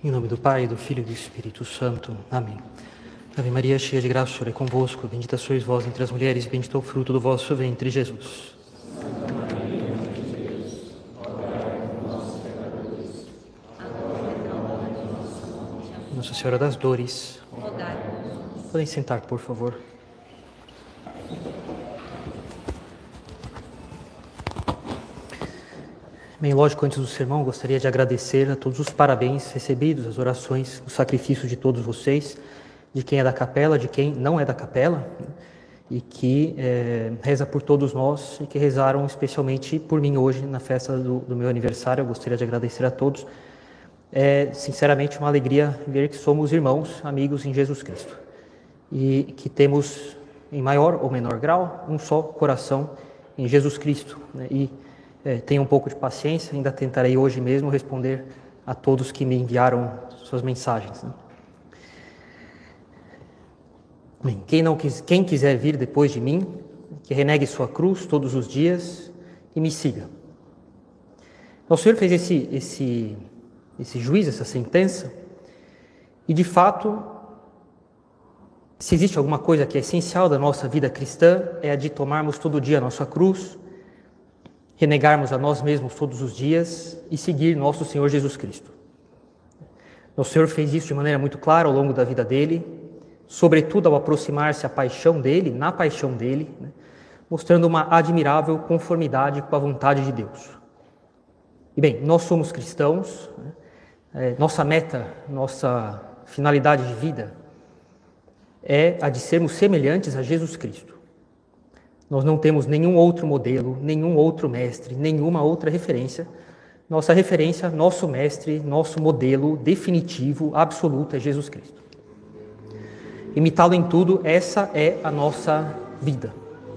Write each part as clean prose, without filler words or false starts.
Em nome do Pai, do Filho e do Espírito Santo. Amém. Ave Maria, cheia de graça, o Senhor é convosco. Bendita sois vós entre as mulheres, bendito é o fruto do vosso ventre, Jesus. Nossa Senhora das Dores. Podem sentar, por favor. Bem, lógico, antes do sermão, gostaria de agradecer a todos os parabéns recebidos, as orações, o sacrifício de todos vocês, de quem é da capela, de quem não é da capela, e que reza por todos nós e que rezaram especialmente por mim hoje na festa do meu aniversário. Eu gostaria de agradecer a todos. É sinceramente uma alegria ver que somos irmãos, amigos em Jesus Cristo e que temos, em maior ou menor grau, um só coração em Jesus Cristo, né? Tenha um pouco de paciência, ainda tentarei hoje mesmo responder a todos que me enviaram suas mensagens, né? Bem, quem quiser vir depois de mim, que renegue sua cruz todos os dias e me siga. O Senhor fez esse juízo, essa sentença, e de fato, se existe alguma coisa que é essencial da nossa vida cristã, é a de tomarmos todo dia a nossa cruz, renegarmos a nós mesmos todos os dias e seguir nosso Senhor Jesus Cristo. O Senhor fez isso de maneira muito clara ao longo da vida dele, sobretudo ao aproximar-se à paixão dele, na paixão dele, né, mostrando uma admirável conformidade com a vontade de Deus. E bem, nós somos cristãos, né, nossa meta, nossa finalidade de vida é a de sermos semelhantes a Jesus Cristo. Nós não temos nenhum outro modelo, nenhum outro mestre, nenhuma outra referência. Nossa referência, nosso mestre, nosso modelo definitivo, absoluto é Jesus Cristo. Imitá-lo em tudo, essa é a nossa vida.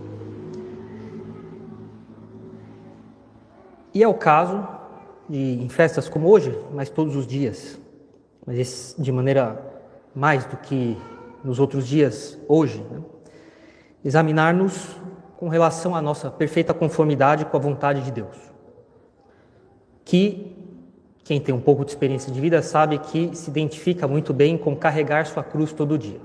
E é o caso em festas como hoje, mas todos os dias, mas de maneira mais do que nos outros dias, hoje, né? Examinar-nos com relação à nossa perfeita conformidade com a vontade de Deus. Que quem tem um pouco de experiência de vida sabe que se identifica muito bem com carregar sua cruz todo dia.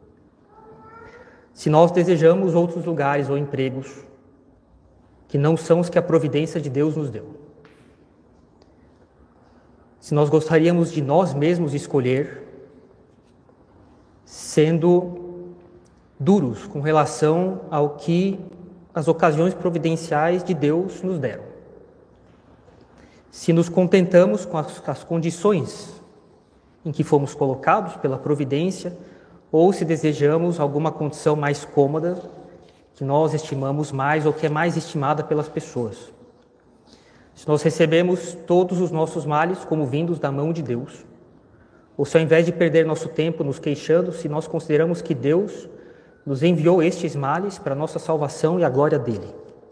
Se nós desejamos outros lugares ou empregos que não são os que a providência de Deus nos deu, se nós gostaríamos de nós mesmos escolher, sendo duros com relação ao que as ocasiões providenciais de Deus nos deram, se nos contentamos com as condições em que fomos colocados pela providência, ou se desejamos alguma condição mais cômoda, que nós estimamos mais ou que é mais estimada pelas pessoas. Se nós recebemos todos os nossos males como vindos da mão de Deus, ou se ao invés de perder nosso tempo nos queixando, se nós consideramos que Deus nos enviou estes males para a nossa salvação e a glória dele.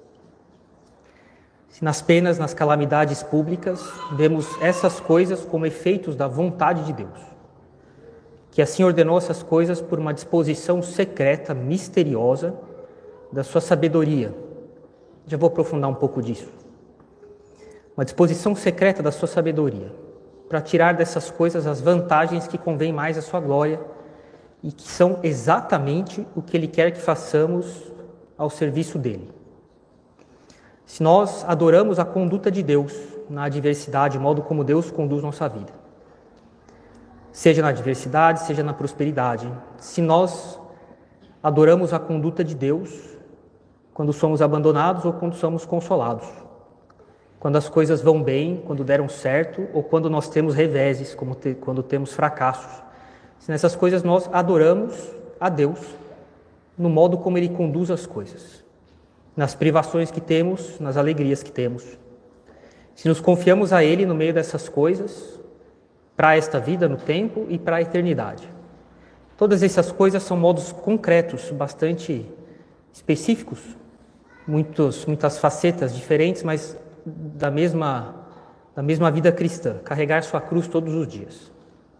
Se nas penas, nas calamidades públicas, vemos essas coisas como efeitos da vontade de Deus, que assim ordenou essas coisas por uma disposição secreta, misteriosa, da sua sabedoria. Já vou aprofundar um pouco disso. Uma disposição secreta da sua sabedoria, para tirar dessas coisas as vantagens que convêm mais à sua glória e que são exatamente o que Ele quer que façamos ao serviço dEle. Se nós adoramos a conduta de Deus na adversidade, o modo como Deus conduz nossa vida, seja na adversidade, seja na prosperidade, se nós adoramos a conduta de Deus quando somos abandonados ou quando somos consolados, quando as coisas vão bem, quando deram certo, ou quando nós temos reveses, quando temos fracassos, se nessas coisas nós adoramos a Deus no modo como Ele conduz as coisas, nas privações que temos, nas alegrias que temos. Se nos confiamos a Ele no meio dessas coisas, para esta vida no tempo e para a eternidade. Todas essas coisas são modos concretos, bastante específicos, muitas facetas diferentes, mas da mesma vida cristã, carregar sua cruz todos os dias.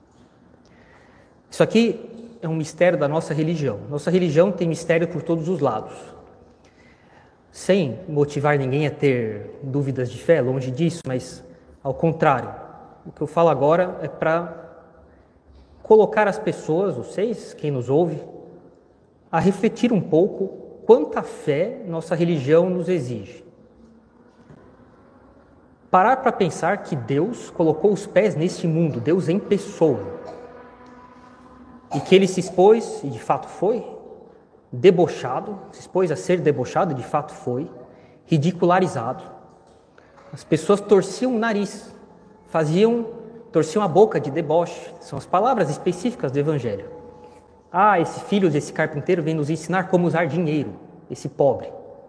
Isso aqui é um mistério da nossa religião. Nossa religião tem mistério por todos os lados. Sem motivar ninguém a ter dúvidas de fé, longe disso, mas ao contrário. O que eu falo agora é para colocar as pessoas, vocês, quem nos ouve, a refletir um pouco quanta fé nossa religião nos exige. Parar para pensar que Deus colocou os pés neste mundo, Deus em pessoa, e que Ele se expôs, e de fato foi, debochado, se expôs a ser debochado, e de fato foi, ridicularizado. As pessoas torciam o nariz, torciam a boca de deboche, são as palavras específicas do Evangelho. Ah, esse filho desse carpinteiro vem nos ensinar como usar dinheiro, esse pobre.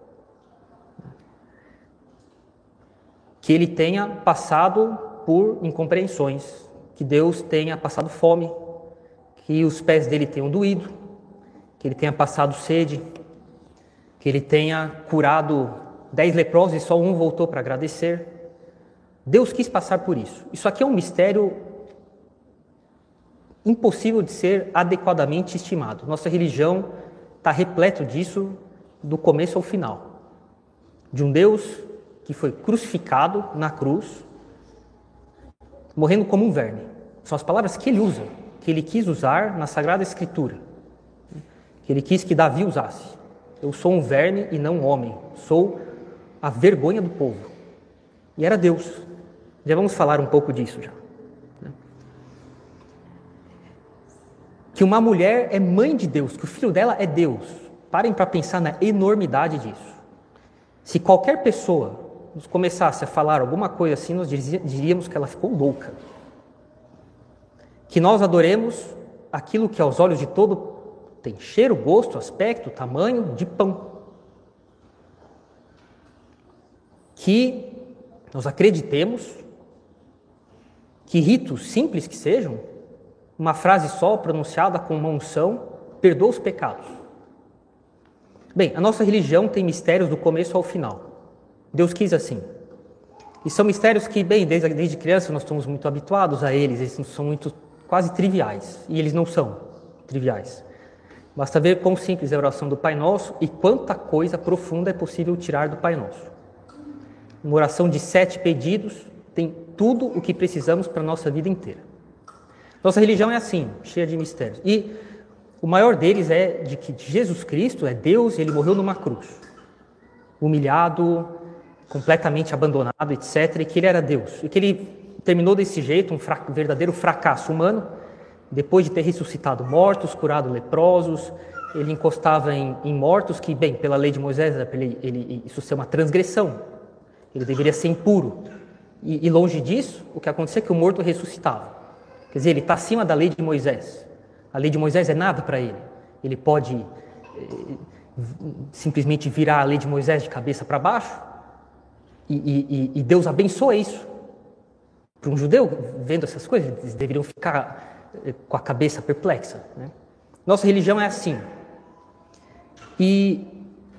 Que ele tenha passado por incompreensões, que Deus tenha passado fome, que os pés dele tenham doído, que ele tenha passado sede, que ele tenha curado 10 leprosos e só um voltou para agradecer. Deus quis passar por isso. Isso aqui é um mistério impossível de ser adequadamente estimado. Nossa religião está repleto disso do começo ao final. De um Deus que foi crucificado na cruz, morrendo como um verme. São as palavras que ele usa, que ele quis usar na Sagrada Escritura, que ele quis que Davi usasse. Eu sou um verme e não um homem, sou a vergonha do povo. E era Deus. Já vamos falar um pouco disso já. Que uma mulher é mãe de Deus, que o filho dela é Deus. Parem para pensar na enormidade disso. Se qualquer pessoa nos começasse a falar alguma coisa assim, nós diríamos que ela ficou louca. Que nós adoremos aquilo que aos olhos de todo tem cheiro, gosto, aspecto, tamanho de pão. Que nós acreditemos que ritos simples que sejam, uma frase só pronunciada com uma unção, perdoa os pecados. Bem, a nossa religião tem mistérios do começo ao final. Deus quis assim. E são mistérios que, bem, desde criança nós estamos muito habituados a eles, eles são muito quase triviais, e eles não são triviais. Basta ver quão simples é a oração do Pai Nosso e quanta coisa profunda é possível tirar do Pai Nosso. Uma oração de 7 pedidos tem tudo o que precisamos para a nossa vida inteira. Nossa religião é assim, cheia de mistérios. E o maior deles é de que Jesus Cristo é Deus e Ele morreu numa cruz. Humilhado, completamente abandonado, etc. E que Ele era Deus. E que Ele terminou desse jeito, um verdadeiro fracasso humano, depois de ter ressuscitado mortos, curado leprosos. Ele encostava em mortos que, bem, pela lei de Moisés, isso ser uma transgressão. Ele deveria ser impuro. E longe disso, o que acontecia é que o morto ressuscitava. Quer dizer, ele está acima da lei de Moisés. A lei de Moisés é nada para ele. Ele pode simplesmente virar a lei de Moisés de cabeça para baixo e Deus abençoa isso. Para um judeu, vendo essas coisas, eles deveriam ficar com a cabeça perplexa, né? Nossa religião é assim. E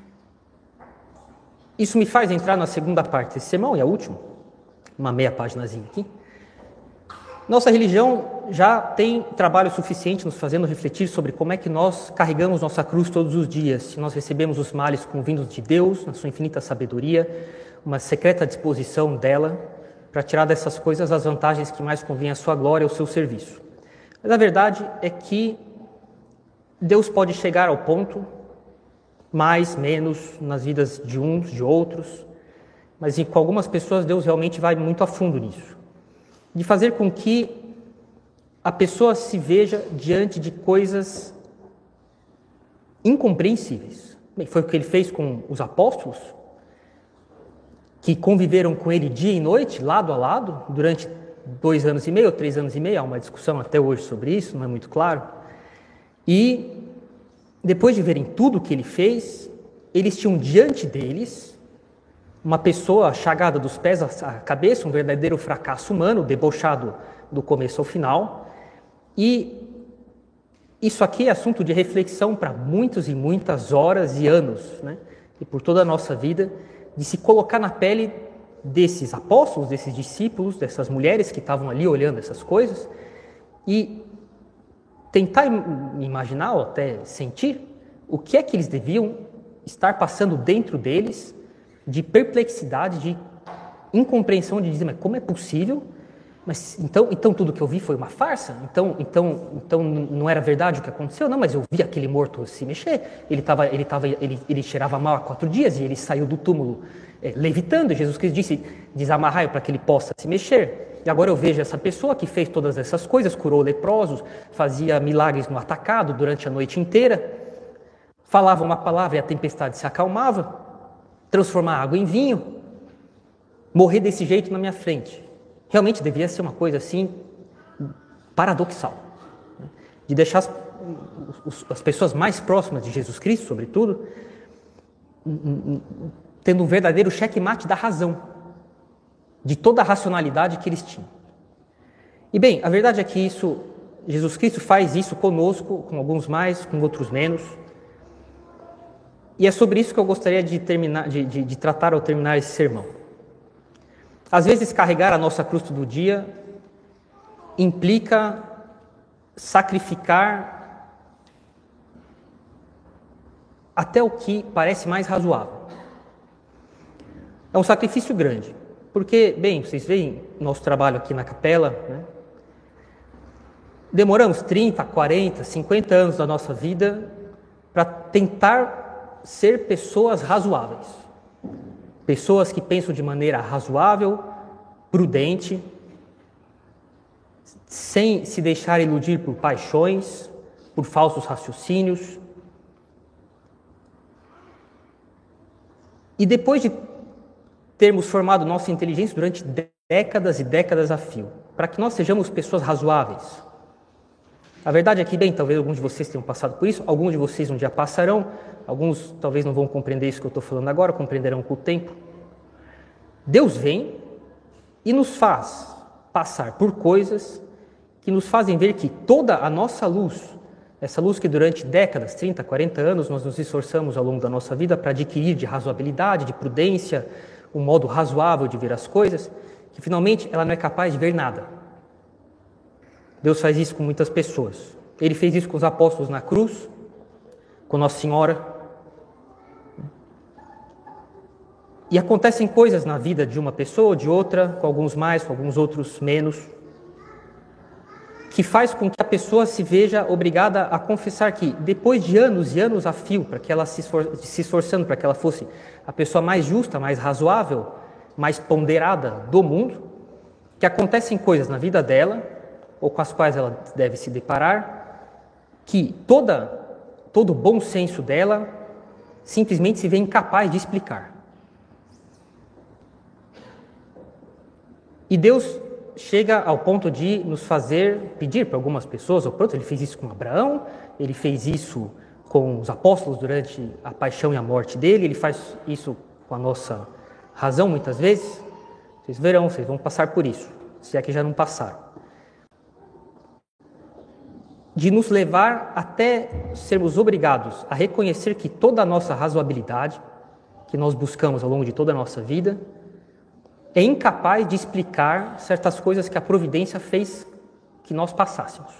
isso me faz entrar na segunda parte desse sermão, e a última, uma meia paginazinha aqui. Nossa religião já tem trabalho suficiente nos fazendo refletir sobre como é que nós carregamos nossa cruz todos os dias, se nós recebemos os males como vindos de Deus, na sua infinita sabedoria, uma secreta disposição dela, para tirar dessas coisas as vantagens que mais convêm à sua glória e ao seu serviço. Mas a verdade é que Deus pode chegar ao ponto, mais, menos, nas vidas de uns, de outros, mas com algumas pessoas Deus realmente vai muito a fundo nisso. De fazer com que a pessoa se veja diante de coisas incompreensíveis. Bem, foi o que ele fez com os apóstolos, que conviveram com ele dia e noite, lado a lado, durante 2 anos e meio, ou 3 anos e meio, há uma discussão até hoje sobre isso, não é muito claro. E depois de verem tudo o que ele fez, eles tinham diante deles uma pessoa chagada dos pés à cabeça, um verdadeiro fracasso humano, debochado do começo ao final. E isso aqui é assunto de reflexão para muitas e muitas horas e anos, né? E por toda a nossa vida, de se colocar na pele desses apóstolos, desses discípulos, dessas mulheres que estavam ali olhando essas coisas e tentar imaginar ou até sentir o que é que eles deviam estar passando dentro deles de perplexidade, de incompreensão, de dizer, mas como é possível Mas então tudo que eu vi foi uma farsa? Então não era verdade o que aconteceu? Não, mas eu vi aquele morto se mexer. Ele cheirava mal há 4 dias e ele saiu do túmulo levitando. Jesus Cristo disse: desamarrai para que ele possa se mexer. E agora eu vejo essa pessoa que fez todas essas coisas, curou leprosos, fazia milagres no atacado durante a noite inteira, falava uma palavra e a tempestade se acalmava, transformar água em vinho, morrer desse jeito na minha frente. Realmente deveria ser uma coisa assim, paradoxal, né? De deixar as pessoas mais próximas de Jesus Cristo, sobretudo, tendo um verdadeiro checkmate da razão, de toda a racionalidade que eles tinham. E bem, a verdade é que Jesus Cristo faz isso conosco, com alguns mais, com outros menos. E é sobre isso que eu gostaria de tratar ao terminar esse sermão. Às vezes, carregar a nossa cruz todo dia implica sacrificar até o que parece mais razoável. É um sacrifício grande, porque, bem, vocês veem nosso trabalho aqui na capela, né? Demoramos 30, 40, 50 anos da nossa vida para tentar ser pessoas razoáveis. Pessoas que pensam de maneira razoável, prudente, sem se deixar iludir por paixões, por falsos raciocínios. E depois de termos formado nossa inteligência durante décadas e décadas a fio, para que nós sejamos pessoas razoáveis. A verdade é que, bem, talvez alguns de vocês tenham passado por isso, alguns de vocês um dia passarão, alguns talvez não vão compreender isso que eu estou falando agora, compreenderão com o tempo. Deus vem e nos faz passar por coisas que nos fazem ver que toda a nossa luz, essa luz que durante décadas, 30, 40 anos, nós nos esforçamos ao longo da nossa vida para adquirir de razoabilidade, de prudência, um modo razoável de ver as coisas, que finalmente ela não é capaz de ver nada. Deus faz isso com muitas pessoas. Ele fez isso com os apóstolos na cruz, com Nossa Senhora. E acontecem coisas na vida de uma pessoa ou de outra, com alguns mais, com alguns outros menos, que faz com que a pessoa se veja obrigada a confessar que, depois de anos e anos a fio, para que ela se esforçando para que ela fosse a pessoa mais justa, mais razoável, mais ponderada do mundo, que acontecem coisas na vida dela, ou com as quais ela deve se deparar, que todo o bom senso dela simplesmente se vê incapaz de explicar. E Deus chega ao ponto de nos fazer pedir para algumas pessoas, ou pronto, ele fez isso com Abraão, ele fez isso com os apóstolos durante a paixão e a morte dele, ele faz isso com a nossa razão muitas vezes. Vocês verão, vocês vão passar por isso, se é que já não passaram. De nos levar até sermos obrigados a reconhecer que toda a nossa razoabilidade, que nós buscamos ao longo de toda a nossa vida, é incapaz de explicar certas coisas que a providência fez que nós passássemos.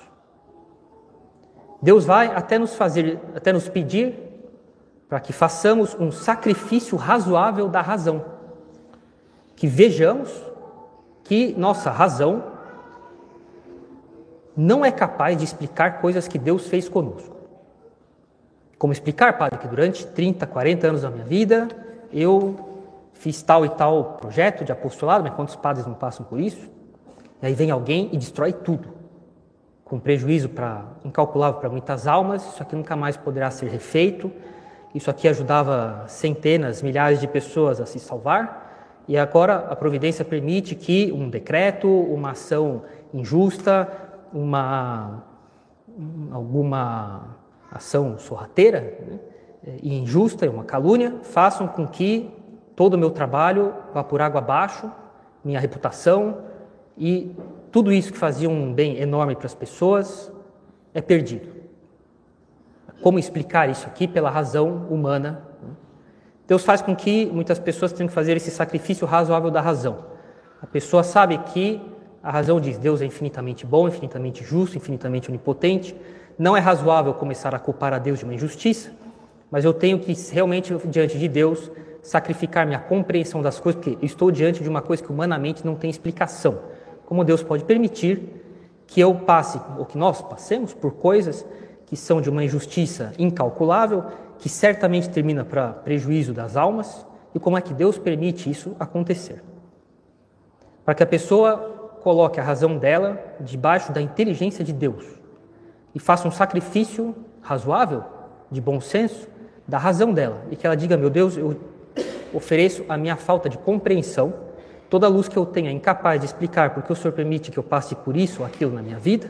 Deus vai até nos pedir para que façamos um sacrifício razoável da razão, que vejamos que nossa razão não é capaz de explicar coisas que Deus fez conosco. Como explicar, padre, que durante 30, 40 anos da minha vida, eu fiz tal e tal projeto de apostolado, mas quantos padres não passam por isso? E aí vem alguém e destrói tudo, com prejuízo incalculável para muitas almas, isso aqui nunca mais poderá ser refeito, isso aqui ajudava centenas, milhares de pessoas a se salvar, e agora a providência permite que um decreto, uma ação injusta, alguma ação sorrateira, né, e injusta, uma calúnia, façam com que todo o meu trabalho vá por água abaixo, minha reputação e tudo isso que fazia um bem enorme para as pessoas é perdido. Como explicar isso aqui pela razão humana? Deus faz com que muitas pessoas tenham que fazer esse sacrifício razoável da razão. A pessoa sabe que a razão diz: Deus é infinitamente bom, infinitamente justo, infinitamente onipotente. Não é razoável começar a culpar a Deus de uma injustiça, mas eu tenho que realmente, diante de Deus, sacrificar minha compreensão das coisas, porque eu estou diante de uma coisa que humanamente não tem explicação. como Deus pode permitir que eu passe, ou que nós passemos por coisas que são de uma injustiça incalculável, que certamente termina para prejuízo das almas, e como é que Deus permite isso acontecer. Para que a pessoa coloque a razão dela debaixo da inteligência de Deus e faça um sacrifício razoável, de bom senso, da razão dela, e que ela diga: meu Deus, eu ofereço a minha falta de compreensão, toda a luz que eu tenho é incapaz de explicar porque o Senhor permite que eu passe por isso ou aquilo na minha vida,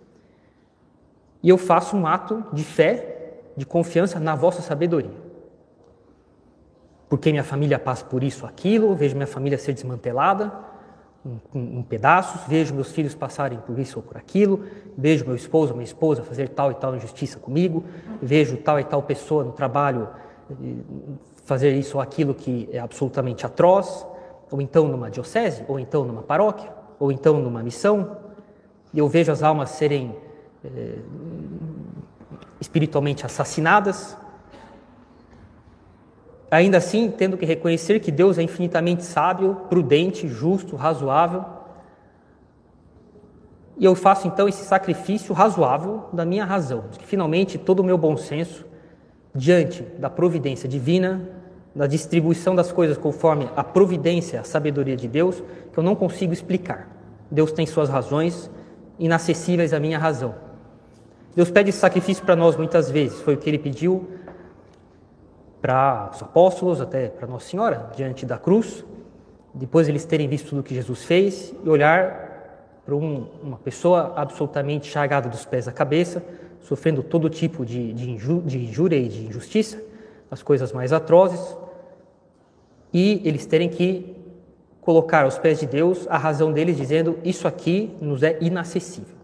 e eu faço um ato de fé, de confiança na vossa sabedoria. Porque minha família passa por isso ou aquilo, vejo minha família ser desmantelada em pedaços, vejo meus filhos passarem por isso ou por aquilo, vejo meu esposo ou minha esposa fazer tal e tal injustiça comigo, vejo tal e tal pessoa no trabalho fazer isso ou aquilo que é absolutamente atroz, ou então numa diocese, ou então numa paróquia, ou então numa missão, e eu vejo as almas serem espiritualmente assassinadas, ainda assim tendo que reconhecer que Deus é infinitamente sábio, prudente, justo, razoável, e eu faço então esse sacrifício razoável da minha razão, que finalmente todo o meu bom senso, diante da providência divina, da distribuição das coisas conforme a providência, a sabedoria de Deus, que eu não consigo explicar. Deus tem suas razões inacessíveis à minha razão. Deus pede esse sacrifício para nós muitas vezes, foi o que Ele pediu para os apóstolos, até para Nossa Senhora, diante da cruz, depois eles terem visto tudo o que Jesus fez e olhar para uma pessoa absolutamente chagada dos pés à cabeça, sofrendo todo tipo de injúria e de injustiça, as coisas mais atrozes, e eles terem que colocar aos pés de Deus a razão deles, dizendo: isso aqui nos é inacessível.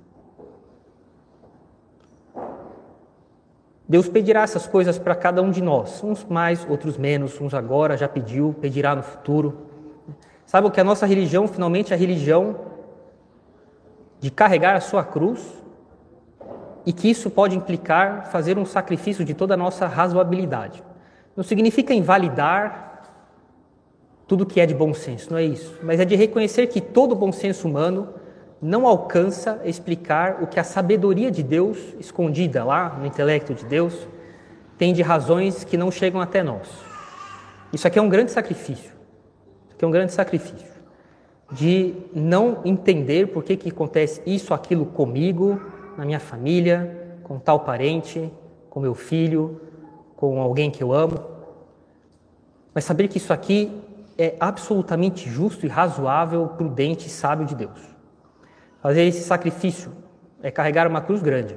Deus pedirá essas coisas para cada um de nós, uns mais, outros menos, uns agora, já pediu, pedirá no futuro. Sabe que a nossa religião, finalmente, é a religião de carregar a sua cruz, e que isso pode implicar fazer um sacrifício de toda a nossa razoabilidade. Não significa invalidar tudo que é de bom senso, não é isso. Mas é de reconhecer que todo bom senso humano não alcança explicar o que a sabedoria de Deus, escondida lá no intelecto de Deus, tem de razões que não chegam até nós. Isso aqui é um grande sacrifício. Isso aqui é um grande sacrifício. De não entender por que acontece isso, aquilo comigo, na minha família, com tal parente, com meu filho, com alguém que eu amo. Mas saber que isso aqui é absolutamente justo e razoável, prudente e sábio de Deus. Fazer esse sacrifício é carregar uma cruz grande.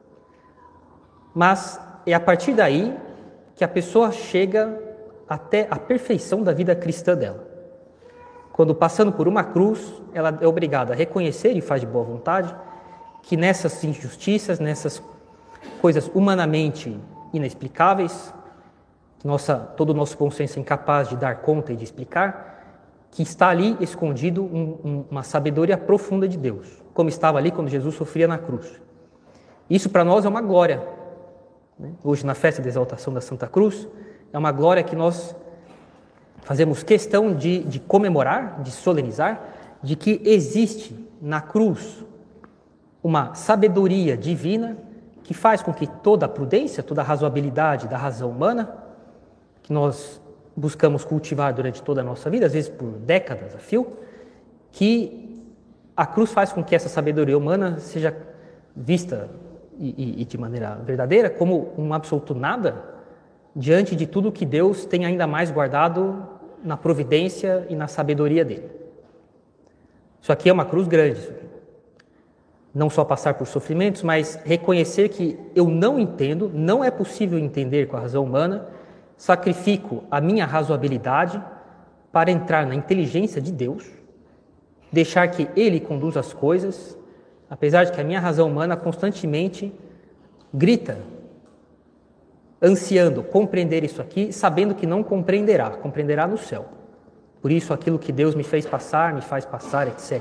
Mas é a partir daí que a pessoa chega até a perfeição da vida cristã dela. Quando passando por uma cruz, ela é obrigada a reconhecer, e faz de boa vontade, que nessas injustiças, nessas coisas humanamente inexplicáveis, todo o nosso bom senso é incapaz de dar conta e de explicar, que está ali escondido uma sabedoria profunda de Deus, como estava ali quando Jesus sofria na cruz. Isso para nós é uma glória. Hoje, na festa da exaltação da Santa Cruz, é uma glória que nós fazemos questão de comemorar, de solenizar, de que existe na cruz uma sabedoria divina que faz com que toda a prudência, toda a razoabilidade da razão humana, que nós buscamos cultivar durante toda a nossa vida, às vezes por décadas a fio, que a cruz faz com que essa sabedoria humana seja vista e de maneira verdadeira como um absoluto nada diante de tudo que Deus tem ainda mais guardado na providência e na sabedoria dele. Isso aqui é uma cruz grande. Não só passar por sofrimentos, mas reconhecer que eu não entendo, não é possível entender com a razão humana, sacrifico a minha razoabilidade para entrar na inteligência de Deus, deixar que Ele conduza as coisas, apesar de que a minha razão humana constantemente grita, ansiando compreender isso aqui, sabendo que não compreenderá no céu. Por isso, aquilo que Deus me fez passar, me faz passar, etc.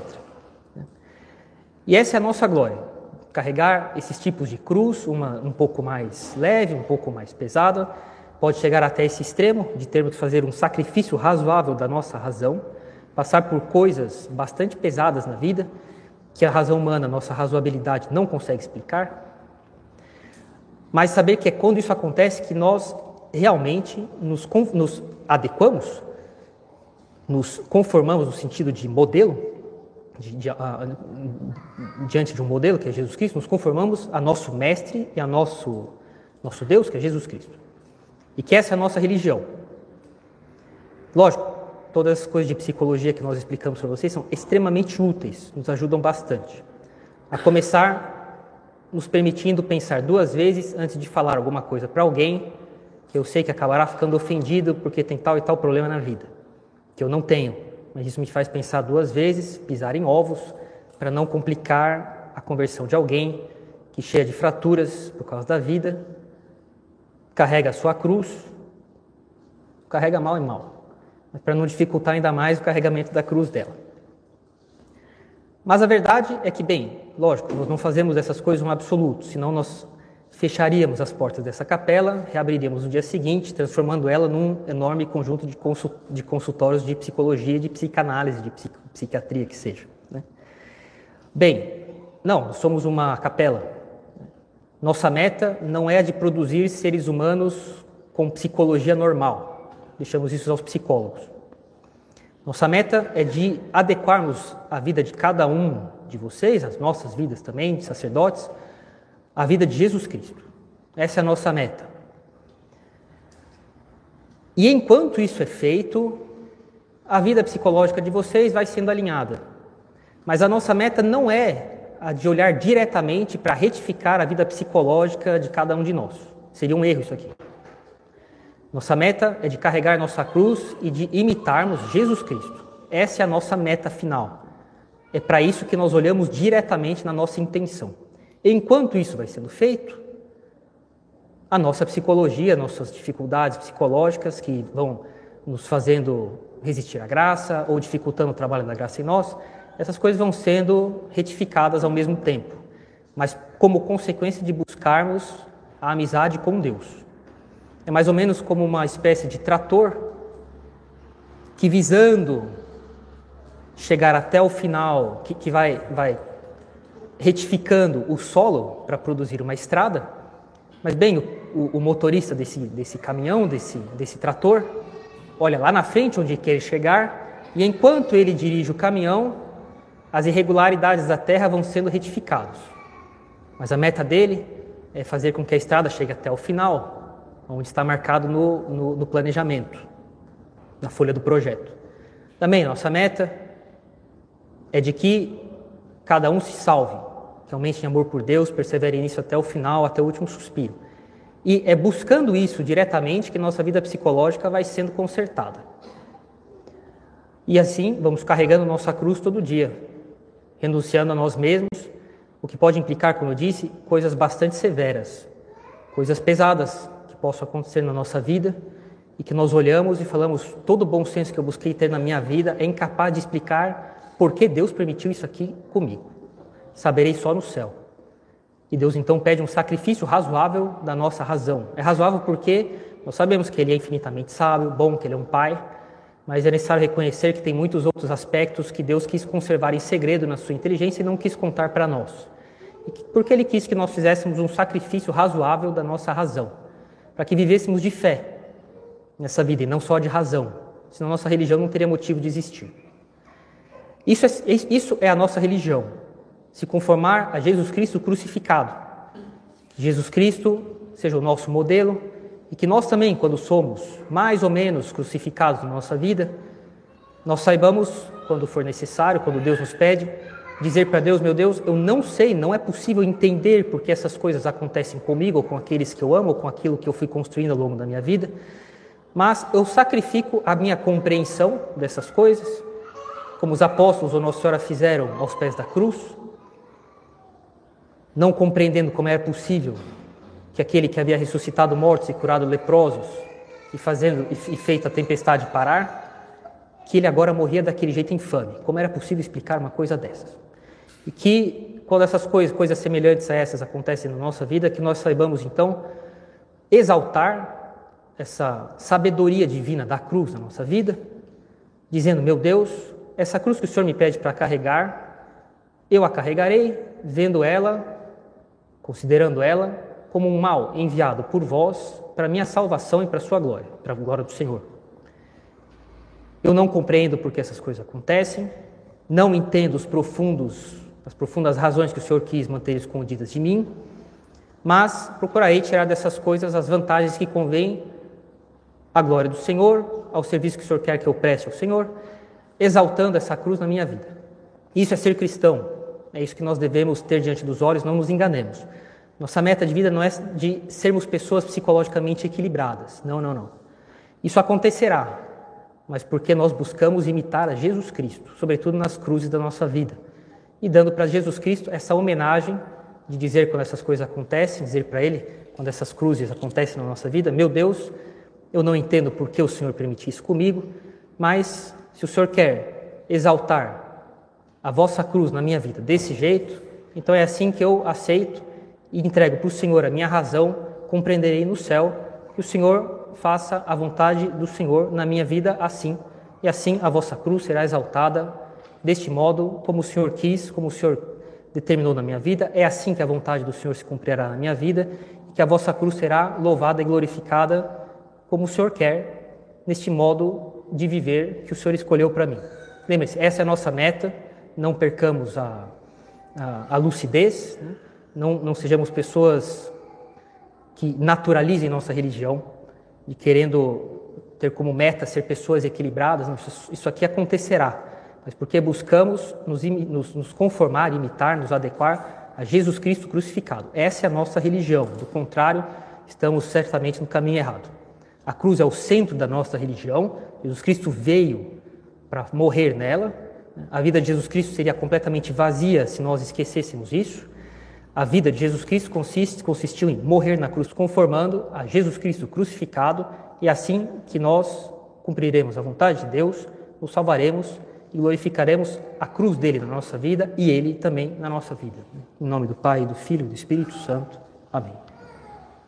E essa é a nossa glória, carregar esses tipos de cruz, uma um pouco mais leve, um pouco mais pesada, pode chegar até esse extremo de termos que fazer um sacrifício razoável da nossa razão, passar por coisas bastante pesadas na vida, que a razão humana, nossa razoabilidade não consegue explicar, mas saber que é quando isso acontece que nós realmente nos adequamos, nos conformamos no sentido de modelo, diante de um modelo que é Jesus Cristo, nos conformamos a nosso mestre e a nosso Deus, que é Jesus Cristo. E que essa é a nossa religião. Lógico, todas as coisas de psicologia que nós explicamos para vocês são extremamente úteis, nos ajudam bastante. A começar nos permitindo pensar 2 vezes antes de falar alguma coisa para alguém que eu sei que acabará ficando ofendido porque tem tal e tal problema na vida, que eu não tenho, mas isso me faz pensar 2 vezes, pisar em ovos, para não complicar a conversão de alguém que, cheia de fraturas por causa da vida, carrega a sua cruz, carrega mal e mal, mas para não dificultar ainda mais o carregamento da cruz dela. Mas a verdade é que, bem, lógico, nós não fazemos essas coisas um absoluto, senão nós fecharíamos as portas dessa capela, reabriríamos no dia seguinte, transformando ela num enorme conjunto de consultórios de psicologia, de psicanálise, de psiquiatria, que seja, né? Bem, não, nós somos uma capela. Nossa meta não é a de produzir seres humanos com psicologia normal. Deixamos isso aos psicólogos. Nossa meta é de adequarmos a vida de cada um de vocês, as nossas vidas também, de sacerdotes, à vida de Jesus Cristo. Essa é a nossa meta. E enquanto isso é feito, a vida psicológica de vocês vai sendo alinhada. Mas a nossa meta não é a de olhar diretamente para retificar a vida psicológica de cada um de nós. Seria um erro isso aqui. Nossa meta é de carregar nossa cruz e de imitarmos Jesus Cristo. Essa é a nossa meta final. É para isso que nós olhamos diretamente na nossa intenção. Enquanto isso vai sendo feito, a nossa psicologia, nossas dificuldades psicológicas que vão nos fazendo resistir à graça ou dificultando o trabalho da graça em nós, essas coisas vão sendo retificadas ao mesmo tempo, mas como consequência de buscarmos a amizade com Deus. É mais ou menos como uma espécie de trator que, visando chegar até o final, que vai retificando o solo para produzir uma estrada, mas bem, o motorista desse caminhão, desse trator, olha lá na frente onde quer chegar, e enquanto ele dirige o caminhão, as irregularidades da terra vão sendo retificadas. Mas a meta dele é fazer com que a estrada chegue até o final, onde está marcado no planejamento, na folha do projeto. Também nossa meta é de que cada um se salve, que aumente em amor por Deus, persevere nisso até o final, até o último suspiro. E é buscando isso diretamente que nossa vida psicológica vai sendo consertada. E assim, vamos carregando nossa cruz todo dia, renunciando a nós mesmos, o que pode implicar, como eu disse, coisas bastante severas, coisas pesadas que possam acontecer na nossa vida e que nós olhamos e falamos, todo o bom senso que eu busquei ter na minha vida é incapaz de explicar por que Deus permitiu isso aqui comigo. Saberei só no céu. E Deus então pede um sacrifício razoável da nossa razão. É razoável porque nós sabemos que Ele é infinitamente sábio, bom, que Ele é um Pai, mas é necessário reconhecer que tem muitos outros aspectos que Deus quis conservar em segredo na sua inteligência e não quis contar para nós. Porque Ele quis que nós fizéssemos um sacrifício razoável da nossa razão, para que vivêssemos de fé nessa vida e não só de razão, senão nossa religião não teria motivo de existir. Isso é a nossa religião, se conformar a Jesus Cristo crucificado. Que Jesus Cristo seja o nosso modelo e que nós também, quando somos mais ou menos crucificados na nossa vida, nós saibamos, quando for necessário, quando Deus nos pede, dizer para Deus, meu Deus, eu não sei, não é possível entender por que essas coisas acontecem comigo, ou com aqueles que eu amo, ou com aquilo que eu fui construindo ao longo da minha vida, mas eu sacrifico a minha compreensão dessas coisas, como os apóstolos ou Nossa Senhora fizeram aos pés da cruz, não compreendendo como era possível que aquele que havia ressuscitado mortos e curado leprosos e feito a tempestade parar, que ele agora morria daquele jeito infame. Como era possível explicar uma coisa dessas? E que, quando essas coisas semelhantes a essas acontecem na nossa vida, que nós saibamos, então, exaltar essa sabedoria divina da cruz na nossa vida, dizendo, meu Deus, essa cruz que o Senhor me pede para carregar, eu a carregarei, vendo ela, considerando ela como um mal enviado por vós para minha salvação e para a sua glória, para a glória do Senhor. Eu não compreendo por que essas coisas acontecem, não entendo as profundas razões que o Senhor quis manter escondidas de mim, mas procurarei tirar dessas coisas as vantagens que convêm à glória do Senhor, ao serviço que o Senhor quer que eu preste ao Senhor, exaltando essa cruz na minha vida. Isso é ser cristão, é isso que nós devemos ter diante dos olhos, não nos enganemos. Nossa meta de vida não é de sermos pessoas psicologicamente equilibradas, não. Isso acontecerá, mas porque nós buscamos imitar a Jesus Cristo, sobretudo nas cruzes da nossa vida, e dando para Jesus Cristo essa homenagem de dizer quando essas coisas acontecem, dizer para Ele, quando essas cruzes acontecem na nossa vida, meu Deus, eu não entendo por que o Senhor permitiu isso comigo, mas se o Senhor quer exaltar a vossa cruz na minha vida desse jeito, então é assim que eu aceito e entrego para o Senhor a minha razão, compreenderei no céu que o Senhor faça a vontade do Senhor na minha vida assim, e assim a vossa cruz será exaltada deste modo, como o Senhor quis, como o Senhor determinou na minha vida, é assim que a vontade do Senhor se cumprirá na minha vida, e que a vossa cruz será louvada e glorificada como o Senhor quer, neste modo de viver que o Senhor escolheu para mim. Lembre-se, essa é a nossa meta, não percamos a lucidez, né? Não sejamos pessoas que naturalizem nossa religião, e querendo ter como meta ser pessoas equilibradas. Não, isso aqui acontecerá, mas porque buscamos nos conformar, imitar, nos adequar a Jesus Cristo crucificado. Essa é a nossa religião, do contrário, estamos certamente no caminho errado. A cruz é o centro da nossa religião, Jesus Cristo veio para morrer nela, a vida de Jesus Cristo seria completamente vazia se nós esquecêssemos isso. A vida de Jesus Cristo consistiu em morrer na cruz, conformando a Jesus Cristo crucificado, e assim que nós cumpriremos a vontade de Deus, nos salvaremos e glorificaremos a cruz dele na nossa vida e ele também na nossa vida. Em nome do Pai, do Filho e do Espírito Santo. Amém.